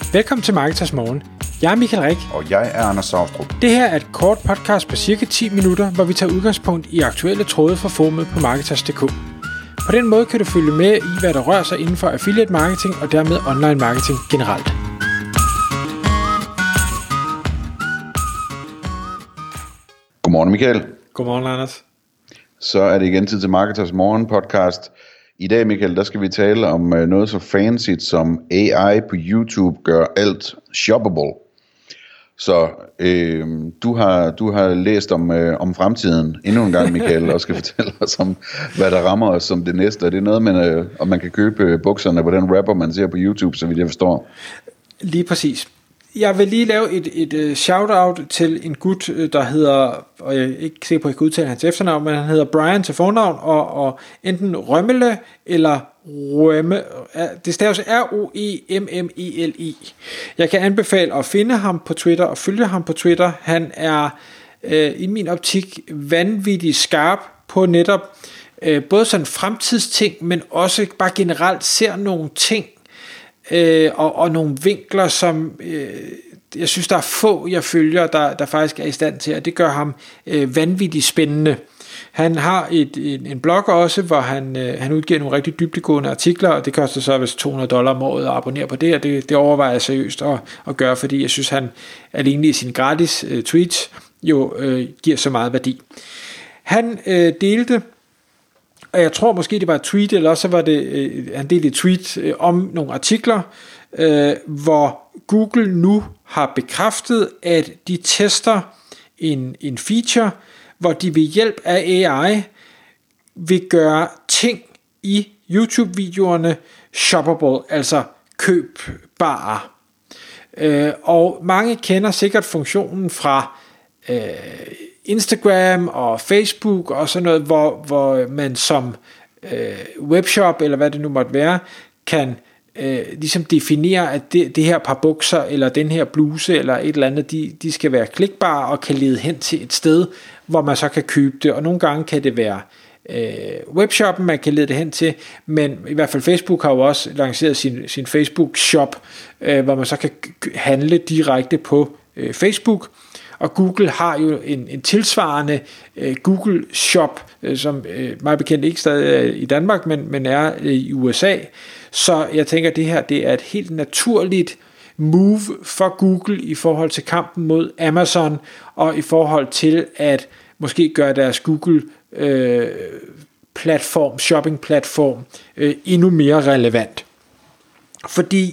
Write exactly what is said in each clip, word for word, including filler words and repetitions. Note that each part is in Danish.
Velkommen til Marketers Morgen. Jeg er Michael Rik. Og jeg er Anders Saustrup. Det her er et kort podcast på cirka ti minutter, hvor vi tager udgangspunkt i aktuelle tråde fra forumet på Marketers punktum d k. På den måde kan du følge med i, hvad der rører sig inden for affiliate marketing og dermed online marketing generelt. Godmorgen Michael. Godmorgen Anders. Så er det igen tid til Marketers Morgen podcast. I dag Michael, der skal vi tale om noget så fancy som A I på YouTube gør alt shoppable. Så øh, du, har, du har læst om, øh, om fremtiden endnu en gang Michael, og skal fortælle os om, hvad der rammer os som det næste. Og det er noget med, øh, om man kan købe bukserne på den rapper, man ser på YouTube, så vidt jeg forstår. Lige præcis. Jeg vil lige lave et, et shout-out til en gut, der hedder, og jeg er ikke sikker på, at jeg kan udtale hans efternavn, men han hedder Brian til fornavn, og, og enten Rømmele eller Rømme, det staves R O E M M E L I. Jeg kan anbefale at finde ham på Twitter og følge ham på Twitter. Han er øh, i min optik vanvittigt skarp på netop øh, både sådan fremtidsting, men også bare generelt ser nogle ting, Øh, og, og nogle vinkler, som øh, jeg synes, der er få, jeg følger, der, der faktisk er i stand til, og det gør ham øh, vanvittigt spændende. Han har et, en, en blog også, hvor han, øh, han udgiver nogle rigtig dybdegående artikler, og det koster så vist to hundrede dollar om året at abonnere på det, og det, det overvejer jeg seriøst at, at gøre, fordi jeg synes, han alene i sine gratis øh, tweets jo øh, giver så meget værdi. Han øh, delte, og jeg tror måske det var et tweet, eller også var det øh, han delte et tweet øh, om nogle artikler, øh, hvor Google nu har bekræftet, at de tester en, en feature, hvor de ved hjælp af A I vil gøre ting i YouTube-videoerne shoppable, altså købbare. Øh, og mange kender sikkert funktionen fra øh, Instagram og Facebook og sådan noget, hvor, hvor man som øh, webshop, eller hvad det nu måtte være, kan øh, ligesom definere, at det, det her par bukser, eller den her bluse, eller et eller andet, de, de skal være klikbare og kan lede hen til et sted, hvor man så kan købe det, og nogle gange kan det være øh, webshoppen, man kan lede det hen til, men i hvert fald Facebook har jo også lanceret sin, sin Facebook shop, øh, hvor man så kan handle direkte på øh, Facebook. Og Google har jo en, en tilsvarende øh, Google Shop, øh, som øh, meget bekendt ikke stadig er i Danmark, men, men er øh, i U S A. Så jeg tænker, at det her det er et helt naturligt move for Google i forhold til kampen mod Amazon, og i forhold til at måske gøre deres Google øh, platform, shopping platform, øh, endnu mere relevant. Fordi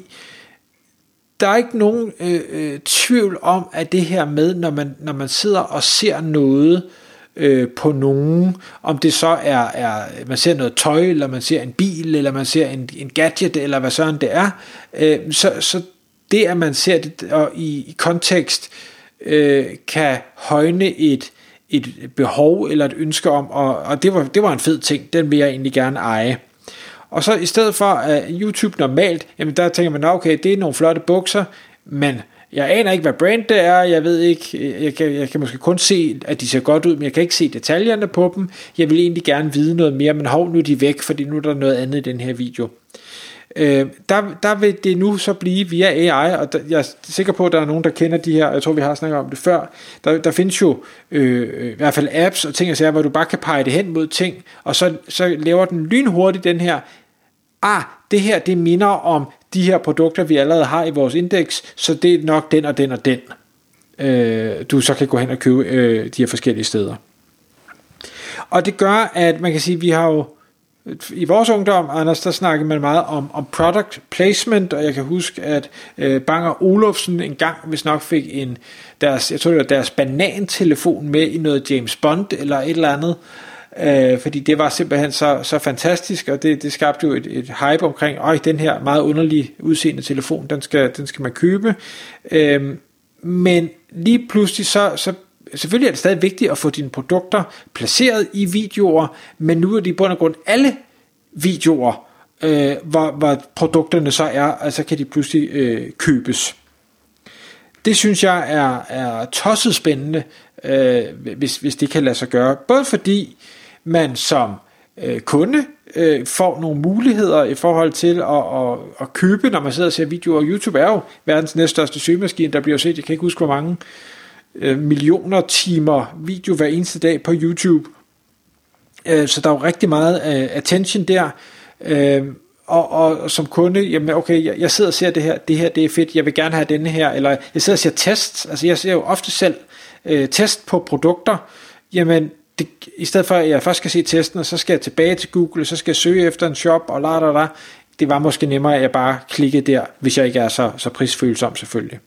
der er ikke nogen øh, øh, tvivl om, at det her med, når man, når man sidder og ser noget øh, på nogen, om det så er, er, man ser noget tøj, eller man ser en bil, eller man ser en, en gadget, eller hvad sådan det er, øh, så, så det, at man ser det og i, i kontekst, øh, kan højne et, et behov, eller et ønske om, og, og det, var, det var en fed ting, den vil jeg egentlig gerne eje. Og så i stedet for uh, YouTube normalt, jamen der tænker man, okay, det er nogle flotte bukser, men jeg aner ikke, hvad brand det er, jeg ved ikke, jeg kan, jeg kan måske kun se, at de ser godt ud, men jeg kan ikke se detaljerne på dem. Jeg vil egentlig gerne vide noget mere, men hov, nu er de væk, fordi nu er der noget andet i den her video. Uh, der, der vil det nu så blive via A I, og der, jeg er sikker på, at der er nogen, der kender de her, jeg tror, vi har snakket om det før. Der, der findes jo øh, i hvert fald apps og ting og sager, hvor du bare kan pege det hen mod ting, og så, så laver den lynhurtigt den her, ah, det her, det minder om de her produkter, vi allerede har i vores indeks, så det er nok den og den og den, øh, du så kan gå hen og købe øh, de her forskellige steder. Og det gør, at man kan sige, vi har jo i vores ungdom, Anders, der snakkede man meget om, om product placement, og jeg kan huske, at øh, Bang og Olufsen en gang, hvis nok fik en, deres, jeg tror det var deres banantelefon med i noget James Bond, eller et eller andet, øh, fordi det var simpelthen så, så fantastisk, og det, det skabte jo et, et hype omkring, øj, den her meget underlige udseende telefon, den skal, den skal man købe, øh, men lige pludselig så, så selvfølgelig er det stadig vigtigt at få dine produkter placeret i videoer, men nu er det i bund og grund alle videoer, øh, hvor, hvor produkterne så er, altså kan de pludselig øh, købes. Det synes jeg er, er tosset spændende, øh, hvis, hvis det kan lade sig gøre. Både fordi man som øh, kunde øh, får nogle muligheder i forhold til at, at, at købe, når man sidder og ser videoer. YouTube er jo verdens næststørste søgemaskine, der bliver set, jeg kan ikke huske hvor mange øh, millioner timer video hver eneste dag på YouTube. Øh, så der er jo rigtig meget øh, attention der. Øh, Og, og, og som kunde, jamen okay, jeg, jeg sidder og ser det her, det her det er fedt, jeg vil gerne have denne her, eller jeg sidder og ser tests, altså jeg ser jo ofte selv øh, test på produkter, jamen det, i stedet for at jeg først skal se testen, og så skal jeg tilbage til Google, og så skal jeg søge efter en shop, og la la la, det var måske nemmere, at jeg bare klikkede der, hvis jeg ikke er så, så prisfølsom selvfølgelig.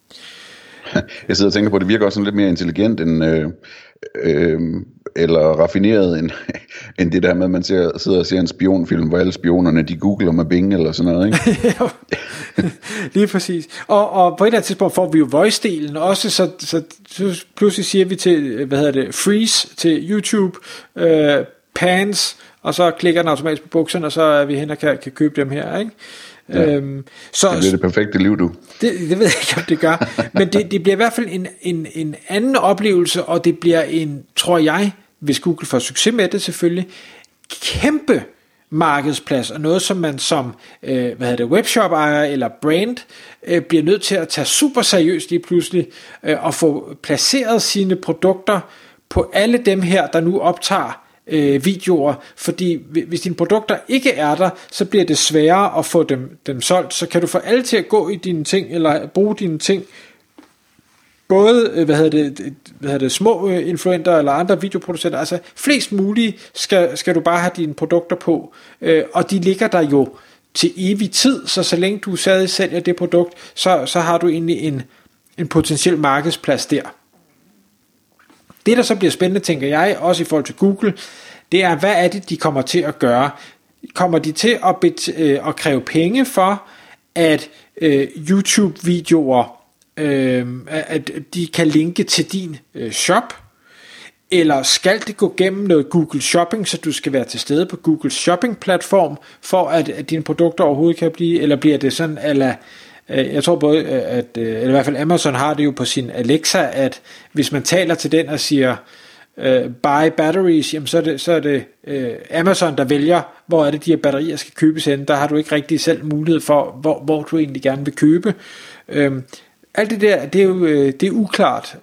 Jeg sidder og tænker på, at det virker også sådan lidt mere intelligent end, øh, øh, eller raffineret end, end det der med, at man ser, sidder og ser en spionfilm, hvor alle spionerne de googler med Bing eller sådan noget, ikke? Lige præcis. Og, og på et eller andet tidspunkt får vi jo voice-delen også, så, så, så pludselig siger vi til, hvad hedder det, freeze til YouTube, øh, pants, og så klikker den automatisk på bukserne, og så er vi hen og kan, kan købe dem her, ikke? Ja. Øhm, så, det bliver det perfekte liv, du. Det, det ved jeg ikke, om det gør. Men det, det bliver i hvert fald en, en, en anden oplevelse, og det bliver en, tror jeg, hvis Google får succes med det selvfølgelig, kæmpe markedsplads, og noget som man som øh, hvad hedder det, webshop-ejer eller brand øh, bliver nødt til at tage super seriøst lige pludselig, øh, og få placeret sine produkter på alle dem her, der nu optager øh, videoer, fordi hvis dine produkter ikke er der, så bliver det sværere at få dem, dem solgt, så kan du få alle til at gå i dine ting, eller bruge dine ting, både hvad hedder det, hvad hedder det, små influenter eller andre videoproducenter, altså flest mulige skal, skal du bare have dine produkter på, øh, og de ligger der jo til evig tid, så så længe du stadig sælger det produkt, så, så har du egentlig en, en potentiel markedsplads der. Det der så bliver spændende, tænker jeg, også i forhold til Google, det er, hvad er det de kommer til at gøre? Kommer de til at, bet, øh, at kræve penge for, at øh, YouTube-videoer Øh, at de kan linke til din øh, shop, eller skal det gå gennem noget Google Shopping, så du skal være til stede på Google Shopping platform, for at, at dine produkter overhovedet kan blive, eller bliver det sådan, eller øh, jeg tror både, at, øh, eller i hvert fald Amazon har det jo på sin Alexa, at hvis man taler til den og siger, øh, buy batteries, jamen så er det, så er det øh, Amazon, der vælger, hvor er det de her batterier skal købes hen. Der har du ikke rigtig selv mulighed for, hvor, hvor du egentlig gerne vil købe. Øh, Alt det der, det er jo det er uklart.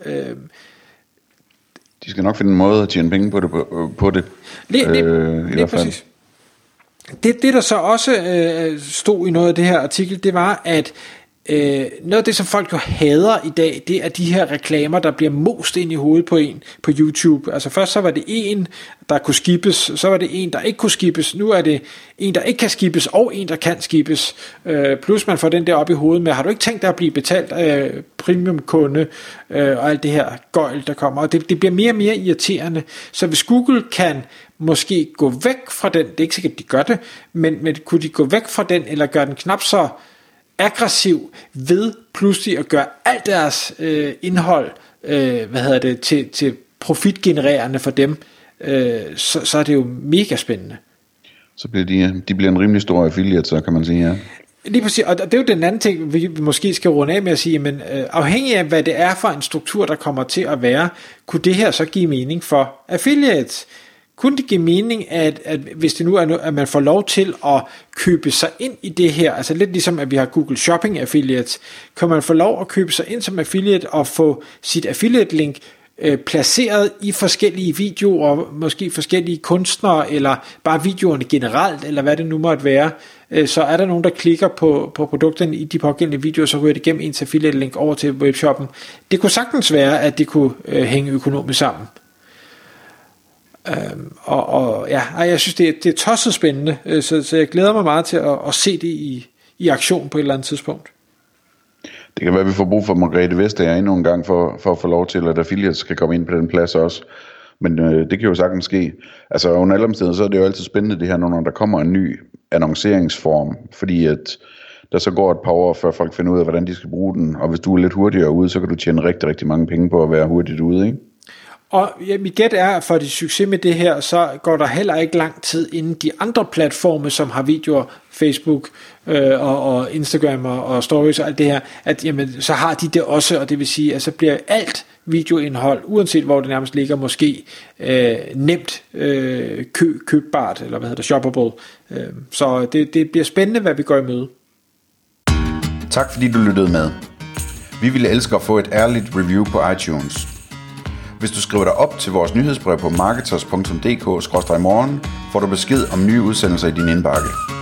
De skal nok finde en måde at tjene penge på det. På, på det lige, lige, øh, i lige præcis. Det, det der så også øh, stod i noget af det her artikel, det var, at øh, noget af det, som folk jo hader i dag, det er de her reklamer, der bliver most ind i hovedet på en på YouTube. Altså først så var det en, der kunne skippes, så var det en, der ikke kunne skippes, nu er det en, der ikke kan skippes, og en, der kan skippes. Øh, plus man får den der op i hovedet med, har du ikke tænkt dig at blive betalt af premium-kunde, øh, og alt det her gøjl, der kommer. Og det, det bliver mere og mere irriterende. Så hvis Google kan måske gå væk fra den, det er ikke sikkert, at de gør det, men, men kunne de gå væk fra den, eller gøre den knap så aggressiv ved pludselig at gøre alt deres øh, indhold øh, hvad hedder det, til, til profitgenererende for dem, øh, så, så er det jo mega spændende. Så bliver de, de bliver en rimelig stor affiliate, så kan man sige, ja. Lige præcis, og det er jo den anden ting, vi måske skal runde af med at sige, men øh, afhængig af hvad det er for en struktur, der kommer til at være, kunne det her så give mening for affiliates? Kunne det give mening, at, at hvis det nu er, at man får lov til at købe sig ind i det her, altså lidt ligesom at vi har Google Shopping Affiliates, kan man få lov at købe sig ind som affiliate og få sit affiliate link øh, placeret i forskellige videoer, måske forskellige kunstnere, eller bare videoerne generelt, eller hvad det nu måtte være. Øh, så er der nogen, der klikker på, på produkterne i de pågældende videoer, så ryger det gennem ens affiliate link over til webshoppen. Det kunne sagtens være, at det kunne øh, hænge økonomisk sammen. Øhm, og, og ja, jeg synes det er, det er tosset spændende, øh, så, så jeg glæder mig meget til at, at se det i, i aktion på et eller andet tidspunkt. Det kan være, at vi får brug for Margrethe Vestager endnu en gang for, for at få lov til, at affiliates skal komme ind på den plads også. Men øh, det kan jo sagtens ske. Altså under alle omstændigheder, så er det jo altid spændende det her, når der kommer en ny annonceringsform, fordi at der så går et par år, før folk finder ud af, hvordan de skal bruge den, og hvis du er lidt hurtigere ude, så kan du tjene rigtig, rigtig mange penge på at være hurtigt ude, ikke? Og ja, mit gæt er, at for de succes med det her, så går der heller ikke lang tid, inden de andre platforme, som har videoer, Facebook øh, og, og Instagram og, og Stories og alt det her, at jamen, så har de det også, og det vil sige, at så bliver alt videoindhold, uanset hvor det nærmest ligger, måske øh, nemt øh, kø, købbart, eller hvad hedder det, shoppable. Øh, så det, det bliver spændende, hvad vi går i møde. Tak fordi du lyttede med. Vi ville elske at få et ærligt review på iTunes. Hvis du skriver dig op til vores nyhedsbrev på marketers punktum d k skråstreg morgen, får du besked om nye udsendelser i din indbakke.